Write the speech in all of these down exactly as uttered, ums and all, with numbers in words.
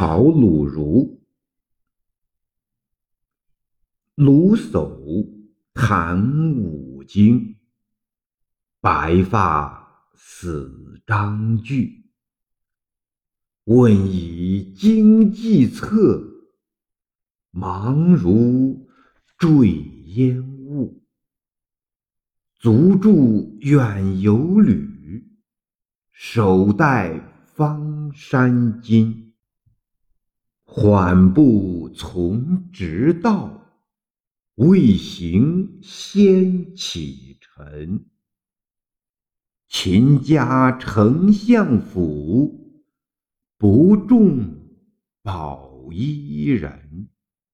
炒卤如。鲁叟谈武经，白发死章句。问以经济策，忙如坠烟雾。足著远游旅，手带方山经。缓步从直道，未行先启程。秦家丞相府，不重宝伊人。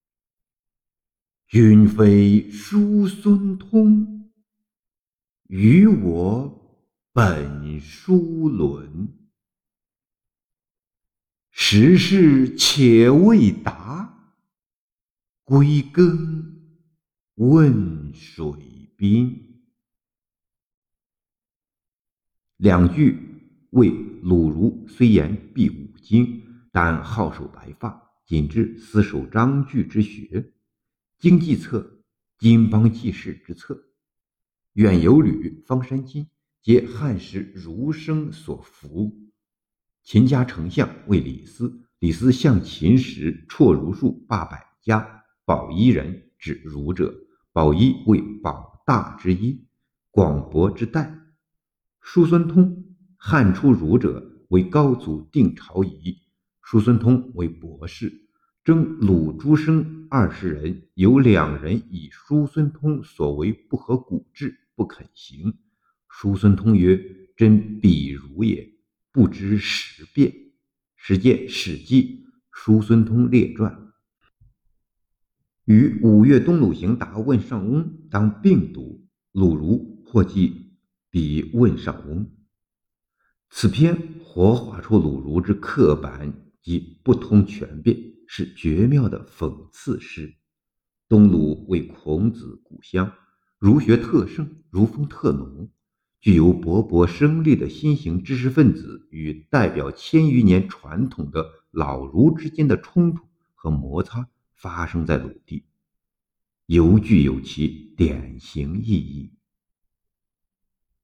君非叔孙通，与我本书伦。时事且未达，归根问水滨。两句为鲁如虽言必五经，但好守白发，谨致死守章句之学。经济策，经邦济世之策。远游旅，方山经，皆汉时儒生所服。秦家丞相为李斯，李斯向秦时辍儒术八百家，宝伊人指儒者，宝伊为宝大之一，广博之代。叔孙通，汉初儒者，为高祖定朝仪，叔孙通为博士，征鲁诸生二十人，有两人以叔孙通所为不合古制，不肯行。叔孙通曰：真鄙儒也，不知时变。实见《史记·叔孙通列传》。于五月东鲁行达问上翁，当并读，鲁如或记比问上翁。此篇活画出鲁如之刻板及不通权变，是绝妙的讽刺诗。东鲁为孔子故乡，儒学特盛，儒风特浓，具有勃勃生力的新型知识分子与代表千余年传统的老儒之间的冲突和摩擦发生在鲁地，尤具有其典型意义。